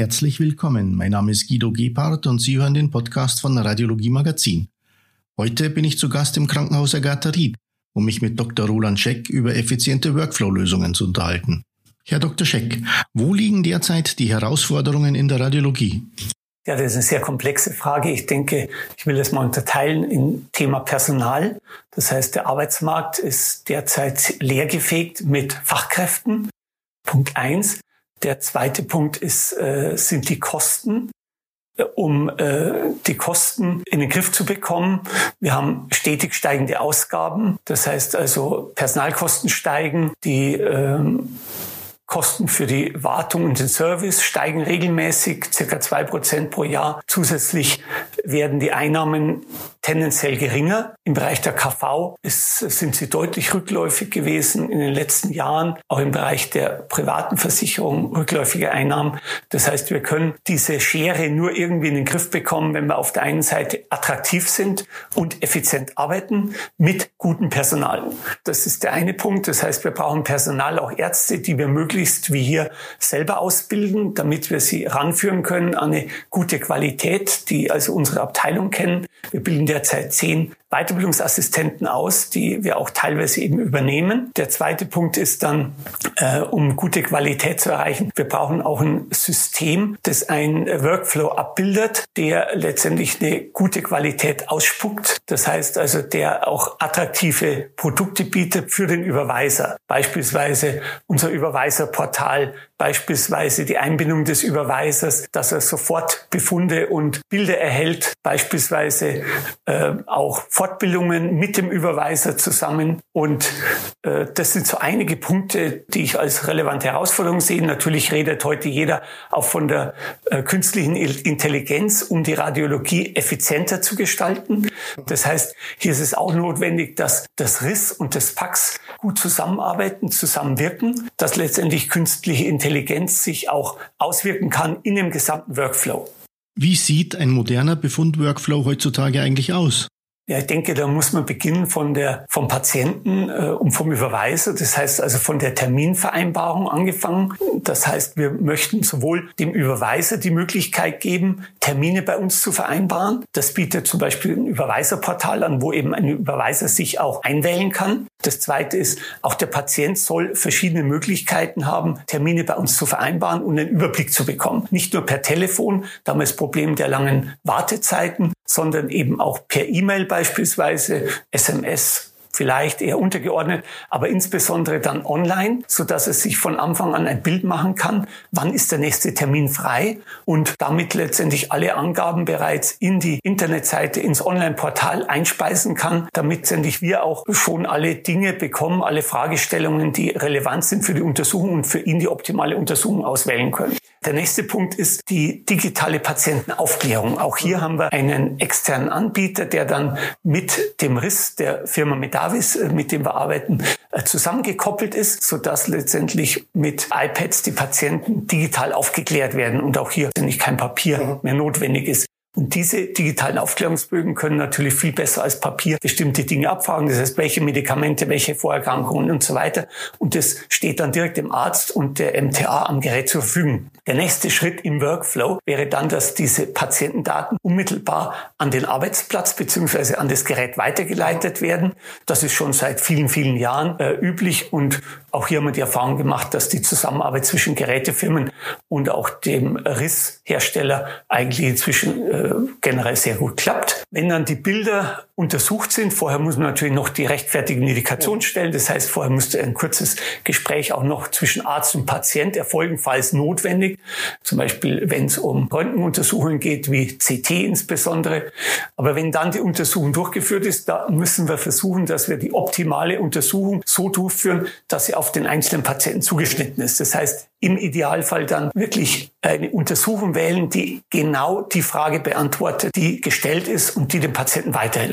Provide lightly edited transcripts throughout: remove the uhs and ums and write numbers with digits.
Herzlich willkommen, mein Name ist Guido Gebhardt und Sie hören den Podcast von Radiologie Magazin. Heute bin ich zu Gast im Krankenhaus Agatha Ried, um mich mit Dr. Roland Scheck über effiziente Workflow-Lösungen zu unterhalten. Herr Dr. Scheck, wo liegen derzeit die Herausforderungen in der Radiologie? Ja, das ist eine sehr komplexe Frage. Ich denke, ich will das mal unterteilen in Thema Personal. Das heißt, der Arbeitsmarkt ist derzeit leergefegt mit Fachkräften. Punkt 1. Der zweite Punkt sind die Kosten. Um die Kosten in den Griff zu bekommen. Wir haben stetig steigende Ausgaben. Das heißt also, Personalkosten steigen, die Kosten für die Wartung und den Service steigen regelmäßig, ca. 2% pro Jahr. Zusätzlich werden die Einnahmen tendenziell geringer. Im Bereich der KV sind sie deutlich rückläufig gewesen in den letzten Jahren. Auch im Bereich der privaten Versicherung rückläufige Einnahmen. Das heißt, wir können diese Schere nur irgendwie in den Griff bekommen, wenn wir auf der einen Seite attraktiv sind und effizient arbeiten mit gutem Personal. Das ist der eine Punkt. Das heißt, wir brauchen Personal, auch Ärzte, die wir möglichst wie hier selber ausbilden, damit wir sie ranführen können an eine gute Qualität, die also unsere Abteilung kennen. Wir bilden derzeit 10 Weiterbildungsassistenten aus, die wir auch teilweise eben übernehmen. Der zweite Punkt ist dann, um gute Qualität zu erreichen, wir brauchen auch ein System, das ein Workflow abbildet, der letztendlich eine gute Qualität ausspuckt. Das heißt also, der auch attraktive Produkte bietet für den Überweiser. Beispielsweise unser Überweiserportal, beispielsweise die Einbindung des Überweisers, dass er sofort Befunde und Bilder erhält, beispielsweise auch Fortbildungen mit dem Überweiser zusammen. Und das sind so einige Punkte, die ich als relevante Herausforderung sehe. Natürlich redet heute jeder auch von der künstlichen Intelligenz, um die Radiologie effizienter zu gestalten. Das heißt, hier ist es auch notwendig, dass das RIS und das PACS gut zusammenarbeiten, zusammenwirken, dass letztendlich künstliche Intelligenz sich auch auswirken kann in dem gesamten Workflow. Wie sieht ein moderner Befund-Workflow heutzutage eigentlich aus? Ja, ich denke, da muss man beginnen vom Patienten und vom Überweiser. Das heißt also von der Terminvereinbarung angefangen. Das heißt, wir möchten sowohl dem Überweiser die Möglichkeit geben, Termine bei uns zu vereinbaren. Das bietet zum Beispiel ein Überweiserportal an, wo eben ein Überweiser sich auch einwählen kann. Das zweite ist, auch der Patient soll verschiedene Möglichkeiten haben, Termine bei uns zu vereinbaren und einen Überblick zu bekommen. Nicht nur per Telefon, da haben wir das Problem der langen Wartezeiten, sondern eben auch per E-Mail beispielsweise, SMS, vielleicht eher untergeordnet, aber insbesondere dann online, so dass es sich von Anfang an ein Bild machen kann, wann ist der nächste Termin frei und damit letztendlich alle Angaben bereits in die Internetseite, ins Online-Portal einspeisen kann, damit letztendlich wir auch schon alle Dinge bekommen, alle Fragestellungen, die relevant sind für die Untersuchung und für ihn die optimale Untersuchung auswählen können. Der nächste Punkt ist die digitale Patientenaufklärung. Auch hier haben wir einen externen Anbieter, der dann mit dem RIS der Firma Medavis, mit dem wir arbeiten, zusammengekoppelt ist, sodass letztendlich mit iPads die Patienten digital aufgeklärt werden und auch hier nicht kein Papier mehr notwendig ist. Und diese digitalen Aufklärungsbögen können natürlich viel besser als Papier bestimmte Dinge abfragen. Das heißt, welche Medikamente, welche Vorerkrankungen und so weiter. Und das steht dann direkt dem Arzt und der MTA am Gerät zur Verfügung. Der nächste Schritt im Workflow wäre dann, dass diese Patientendaten unmittelbar an den Arbeitsplatz bzw. an das Gerät weitergeleitet werden. Das ist schon seit vielen, vielen Jahren üblich. Und auch hier haben wir die Erfahrung gemacht, dass die Zusammenarbeit zwischen Gerätefirmen und auch dem RIS-Hersteller eigentlich inzwischen generell sehr gut klappt. Wenn dann die Bilder untersucht sind, vorher muss man natürlich noch die rechtfertigen Indikationen stellen. Das heißt, vorher müsste ein kurzes Gespräch auch noch zwischen Arzt und Patient erfolgen, falls notwendig. Zum Beispiel, wenn es um Röntgenuntersuchungen geht, wie CT insbesondere. Aber wenn dann die Untersuchung durchgeführt ist, da müssen wir versuchen, dass wir die optimale Untersuchung so durchführen, dass sie auf den einzelnen Patienten zugeschnitten ist. Das heißt, im Idealfall dann wirklich eine Untersuchung wählen, die genau die Frage beantwortet, die gestellt ist und die dem Patienten weiterhilft.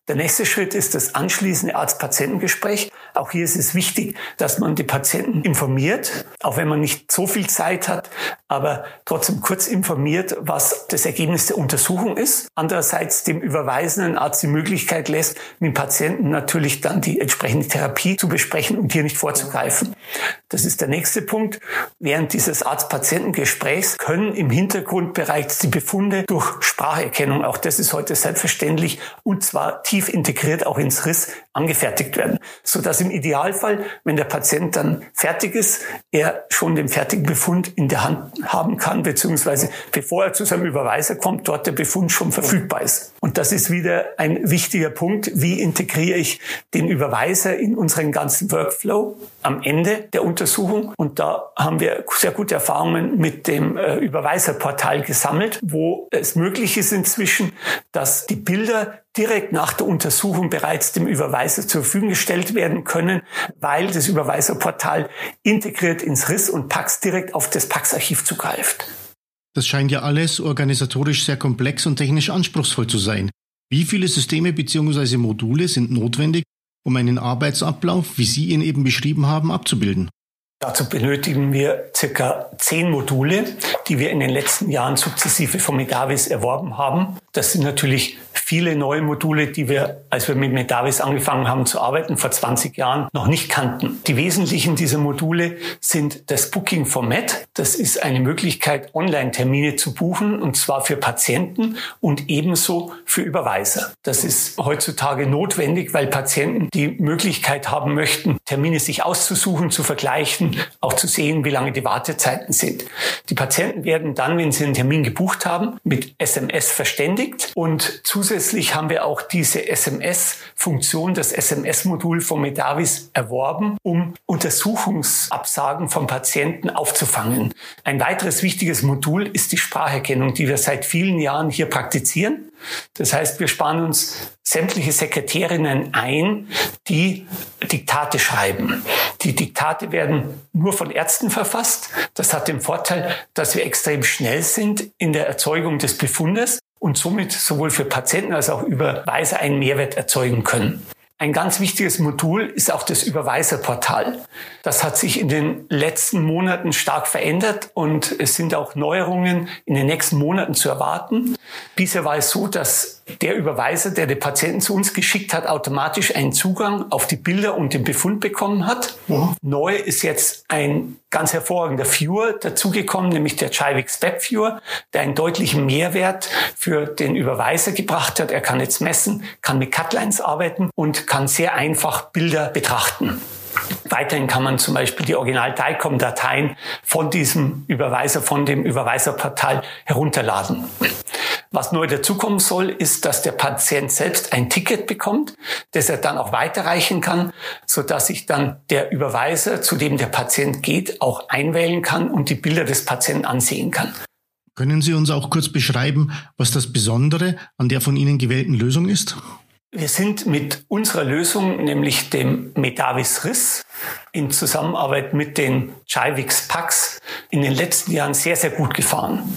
Der nächste Schritt ist das anschließende Arzt-Patientengespräch. Auch hier ist es wichtig, dass man die Patienten informiert, auch wenn man nicht so viel Zeit hat, aber trotzdem kurz informiert, was das Ergebnis der Untersuchung ist. Andererseits dem überweisenden Arzt die Möglichkeit lässt, mit dem Patienten natürlich dann die entsprechende Therapie zu besprechen und hier nicht vorzugreifen. Das ist der nächste Punkt. Während dieses Arzt-Patienten-Gesprächs können im Hintergrund bereits die Befunde durch Spracherkennung, auch das ist heute selbstverständlich, und zwar tief integriert auch ins RIS angefertigt werden, sodass im Idealfall, wenn der Patient dann fertig ist, er schon den fertigen Befund in der Hand haben kann, beziehungsweise bevor er zu seinem Überweiser kommt, dort der Befund schon verfügbar ist. Und das ist wieder ein wichtiger Punkt. Wie integriere ich den Überweiser in unseren ganzen Workflow am Ende der Untersuchung? Und da haben wir sehr gute Erfahrungen mit dem Überweiserportal gesammelt, wo es möglich ist inzwischen, dass die Bilder direkt nach der Untersuchung bereits dem Überweiser zur Verfügung gestellt werden können, weil das Überweiserportal integriert ins RIS und PACS direkt auf das PACS-Archiv zugreift. Das scheint ja alles organisatorisch sehr komplex und technisch anspruchsvoll zu sein. Wie viele Systeme bzw. Module sind notwendig, um einen Arbeitsablauf, wie Sie ihn eben beschrieben haben, abzubilden? Dazu benötigen wir ca. 10 Module, die wir in den letzten Jahren sukzessive von Medavis erworben haben. Das sind natürlich viele neue Module, die wir, als wir mit Medavis angefangen haben zu arbeiten, vor 20 Jahren, noch nicht kannten. Die wesentlichen dieser Module sind das Booking Format. Das ist eine Möglichkeit, Online-Termine zu buchen, und zwar für Patienten und ebenso für Überweiser. Das ist heutzutage notwendig, weil Patienten die Möglichkeit haben möchten, Termine sich auszusuchen, zu vergleichen, auch zu sehen, wie lange die Wartezeiten sind. Die Patienten werden dann, wenn sie einen Termin gebucht haben, mit SMS verständigt, und zusätzlich haben wir auch diese SMS-Funktion, das SMS-Modul von Medavis erworben, um Untersuchungsabsagen von Patienten aufzufangen. Ein weiteres wichtiges Modul ist die Spracherkennung, die wir seit vielen Jahren hier praktizieren. Das heißt, wir sparen uns sämtliche Sekretärinnen ein, die Diktate schreiben. Die Diktate werden nur von Ärzten verfasst. Das hat den Vorteil, dass wir extrem schnell sind in der Erzeugung des Befundes und somit sowohl für Patienten als auch Überweiser einen Mehrwert erzeugen können. Ein ganz wichtiges Modul ist auch das Überweiserportal. Das hat sich in den letzten Monaten stark verändert und es sind auch Neuerungen in den nächsten Monaten zu erwarten. Bisher war es so, dass der Überweiser, der den Patienten zu uns geschickt hat, automatisch einen Zugang auf die Bilder und den Befund bekommen hat. Ja. Neu ist jetzt ein ganz hervorragender Viewer dazugekommen, nämlich der Chivix Web Viewer, der einen deutlichen Mehrwert für den Überweiser gebracht hat. Er kann jetzt messen, kann mit Cutlines arbeiten und kann sehr einfach Bilder betrachten. Weiterhin kann man zum Beispiel die Original-DICOM-Dateien von diesem Überweiser, von dem Überweiserportal herunterladen. Was neu dazukommen soll, ist, dass der Patient selbst ein Ticket bekommt, das er dann auch weiterreichen kann, sodass sich dann der Überweiser, zu dem der Patient geht, auch einwählen kann und die Bilder des Patienten ansehen kann. Können Sie uns auch kurz beschreiben, was das Besondere an der von Ihnen gewählten Lösung ist? Wir sind mit unserer Lösung, nämlich dem Medavis RIS, in Zusammenarbeit mit den Chivix PACS in den letzten Jahren sehr, sehr gut gefahren.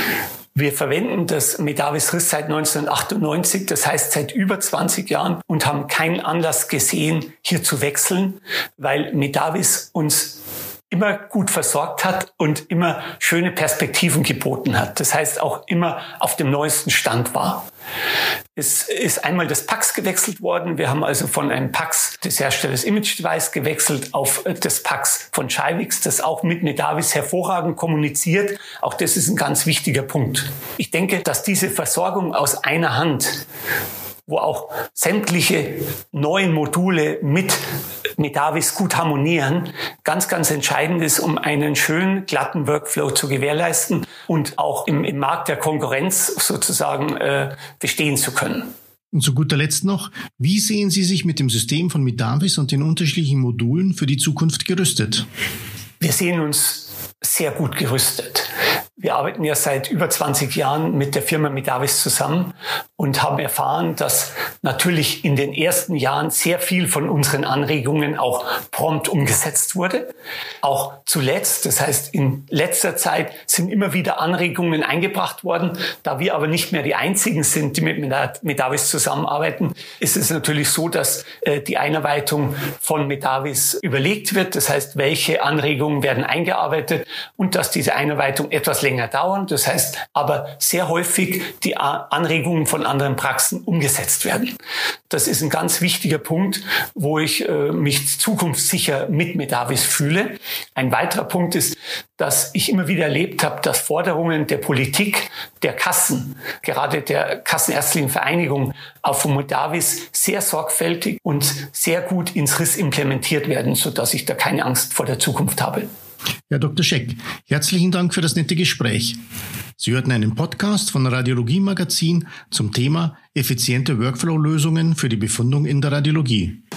Wir verwenden das Medavis RIS seit 1998, das heißt seit über 20 Jahren, und haben keinen Anlass gesehen, hier zu wechseln, weil Medavis uns immer gut versorgt hat und immer schöne Perspektiven geboten hat. Das heißt auch immer auf dem neuesten Stand war. Es ist einmal das PACS gewechselt worden. Wir haben also von einem PACS des Herstellers Image Device gewechselt auf das PACS von Chivix, das auch mit Medavis hervorragend kommuniziert. Auch das ist ein ganz wichtiger Punkt. Ich denke, dass diese Versorgung aus einer Hand, wo auch sämtliche neuen Module mit Medavis gut harmonieren, ganz, ganz entscheidend ist, um einen schönen, glatten Workflow zu gewährleisten und auch im Markt der Konkurrenz sozusagen bestehen zu können. Und zu guter Letzt noch, wie sehen Sie sich mit dem System von Medavis und den unterschiedlichen Modulen für die Zukunft gerüstet? Wir sehen uns sehr gut gerüstet. Wir arbeiten ja seit über 20 Jahren mit der Firma Medavis zusammen und haben erfahren, dass natürlich in den ersten Jahren sehr viel von unseren Anregungen auch prompt umgesetzt wurde. Auch zuletzt, das heißt in letzter Zeit, sind immer wieder Anregungen eingebracht worden. Da wir aber nicht mehr die einzigen sind, die mit Medavis zusammenarbeiten, ist es natürlich so, dass die Einarbeitung von Medavis überlegt wird. Das heißt, welche Anregungen werden eingearbeitet und dass diese Einarbeitung etwas länger dauern. Das heißt aber sehr häufig die Anregungen von anderen Praxen umgesetzt werden. Das ist ein ganz wichtiger Punkt, wo ich mich zukunftssicher mit Medavis fühle. Ein weiterer Punkt ist, dass ich immer wieder erlebt habe, dass Forderungen der Politik, der Kassen, gerade der Kassenärztlichen Vereinigung, auf Medavis sehr sorgfältig und sehr gut ins RIS implementiert werden, sodass ich da keine Angst vor der Zukunft habe. Herr Dr. Scheck, herzlichen Dank für das nette Gespräch. Sie hörten einen Podcast von Radiologie Magazin zum Thema effiziente Workflow-Lösungen für die Befundung in der Radiologie.